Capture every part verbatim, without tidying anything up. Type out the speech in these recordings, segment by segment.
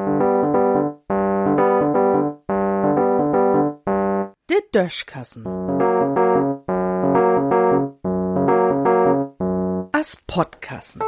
De Döschkassen. As Podkassen.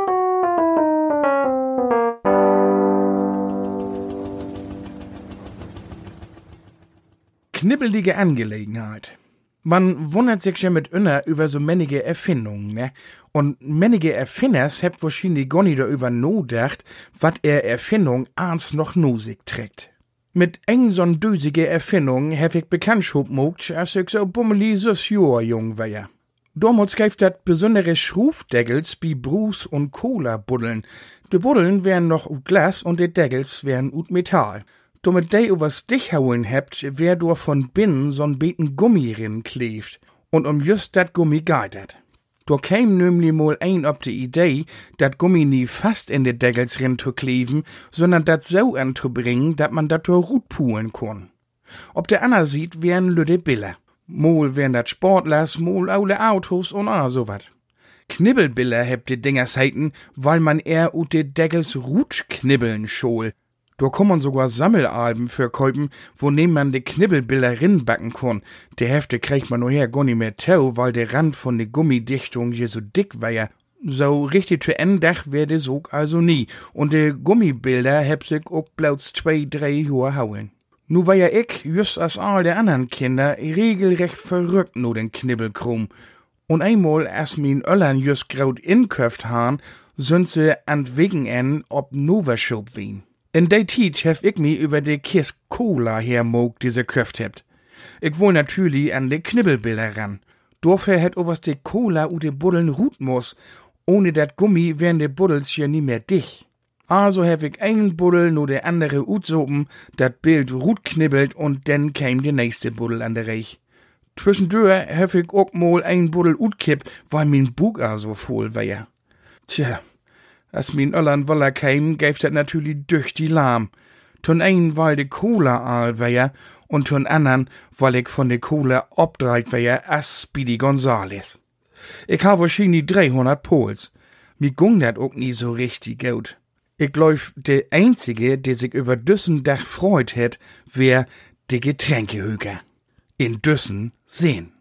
Knibbelige Angelegenheit. Man wundert sich schon mit Inner über so männige Erfindungen, ne? Und männige Erfinders habt wahrscheinlich gar nicht darüber nodacht, wat er Erfindung ans noch nosig trägt. Mit eng so'n dösige Erfindung hab ich Bekanntschaft mogt, als ich so bummeli sus Jahr jung war ja. Damals gab dat besondere Schrufdeckels bi Bruce und Cola-Buddeln. De Buddeln wären noch ut Glas und de Deckels wären ut Metall. Damit de was dich hauen hebt, wär do von binnen so'n beten Gummi rin kleft. Und um just dat Gummi geht dat. Do käm nämlich mal ein ob die Idee, dat Gummi nie fast in de Deckels rin zu kleven, sondern dat so anzubringen, dat man dat do Rut pulen kann. Ob der Anna sieht, wären lüde Biller. Mol wären dat Sportlers, mol aule Autos und a so wat. Knibbelbiller hebt die Dinger seiten, weil man eher ut de Deckels Rut knibbeln schol. Da kann man sogar Sammelalben verkäupen, wo nehm man de Knibbelbiller rinbacken kann. De Hefte kriegt man nur her gar nicht mehr tau, weil der Rand von de Gummidichtung hier so dick war ja. So richtig zu Endach wär de Sog also nie. Und de Gummibilder heb sich auch bloß zwei, drei Jahre hauen. Nu war ja ich, just als all der anderen Kinder, regelrecht verrückt no den Knibbelkrumm. Und einmal, als min Öllern just graut inköft han, sind sie an wegen en ob Noverschub wien. In der Zeit hef ich mi über de Kiss Cola hermog, die sie köft hebt. Ich wohl natürlich an de Knibbelbilder ran. Dafür hätt o was de Cola u de Buddeln rut muss. Ohne dat Gummi wären de Buddels ja nie mehr dicht. Also hef ich einen Buddel no de andere utsopen, dat Bild rut knibbelt und dann käm de nächste Buddel an der Reich. Zwischendurch hef ich auch mal einen Buddel utkipp, weil min Bug a so voll wär. Tja. Als min Öllern Woller käm, gäf dat natürlich durch die Lahm. Ton ein, weil de Cola aal wär, und ton andern, weil ich von de Cola obdreit wär, as Speedy Gonzales. Ich ha wahrscheinlich dreihundert Pols. Mi gung dat auch nie so richtig gut. Ich glaub, de einzige, der sich über düssen Dach freut hätt, wär de Getränkehöger. In Düssen sehen.